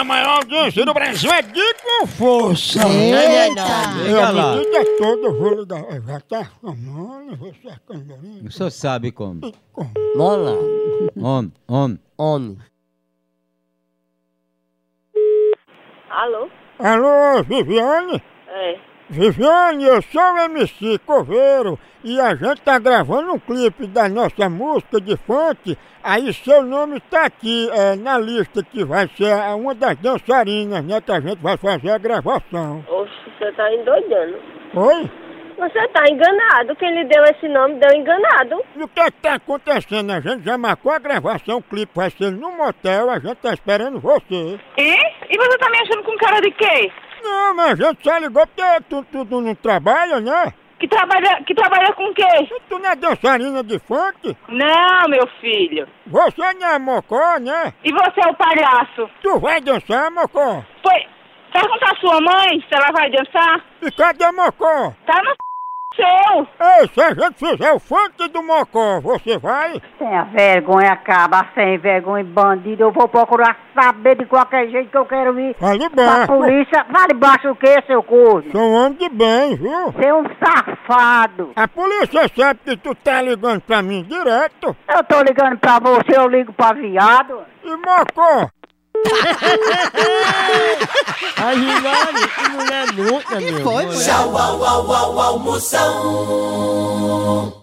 a maior audiência do Brasil é de com força. Eita! A medida toda eu vou ligar. Já tá chamando, você é candorinho. O senhor sabe como. Vamos lá. Homem. Alô? Alô, Viviane? É. Viviane, eu sou o MC Coveiro e a gente tá gravando um clipe da nossa música de funk. Aí seu nome tá aqui na lista que vai ser uma das dançarinas, né? Que a gente vai fazer a gravação. Oxe, você tá endoidando. Oi? Você tá enganado. Quem lhe deu esse nome deu enganado. E o que é que tá acontecendo? A gente já marcou a gravação, o clipe vai ser no motel, a gente tá esperando você. E você tá me achando com cara de quê? Não, mas a gente só ligou porque tu não trabalha, né? Que trabalha com quê? Tu não é dançarina de funk? Não, meu filho. Você não é mocó, né? E você é o palhaço? Tu vai dançar, mocó? Foi. Pergunta à sua mãe se ela vai dançar. E cadê mocó? Tá no seu. Ei, se a gente fizer o funk do mocó, você vai? Tenha vergonha, acaba sem vergonha, bandido. Eu vou procurar saber de qualquer jeito que eu quero ir Fale pra baixo. polícia. Fale baixo o quê, seu corno? Sou um homem de bem, viu? Você é um safado. A polícia sabe que tu tá ligando pra mim direto. Eu tô ligando pra você, eu ligo pra viado. E mocó? A Gilane, que mulher bruta, meu. Tchau, au, au, au, almoção.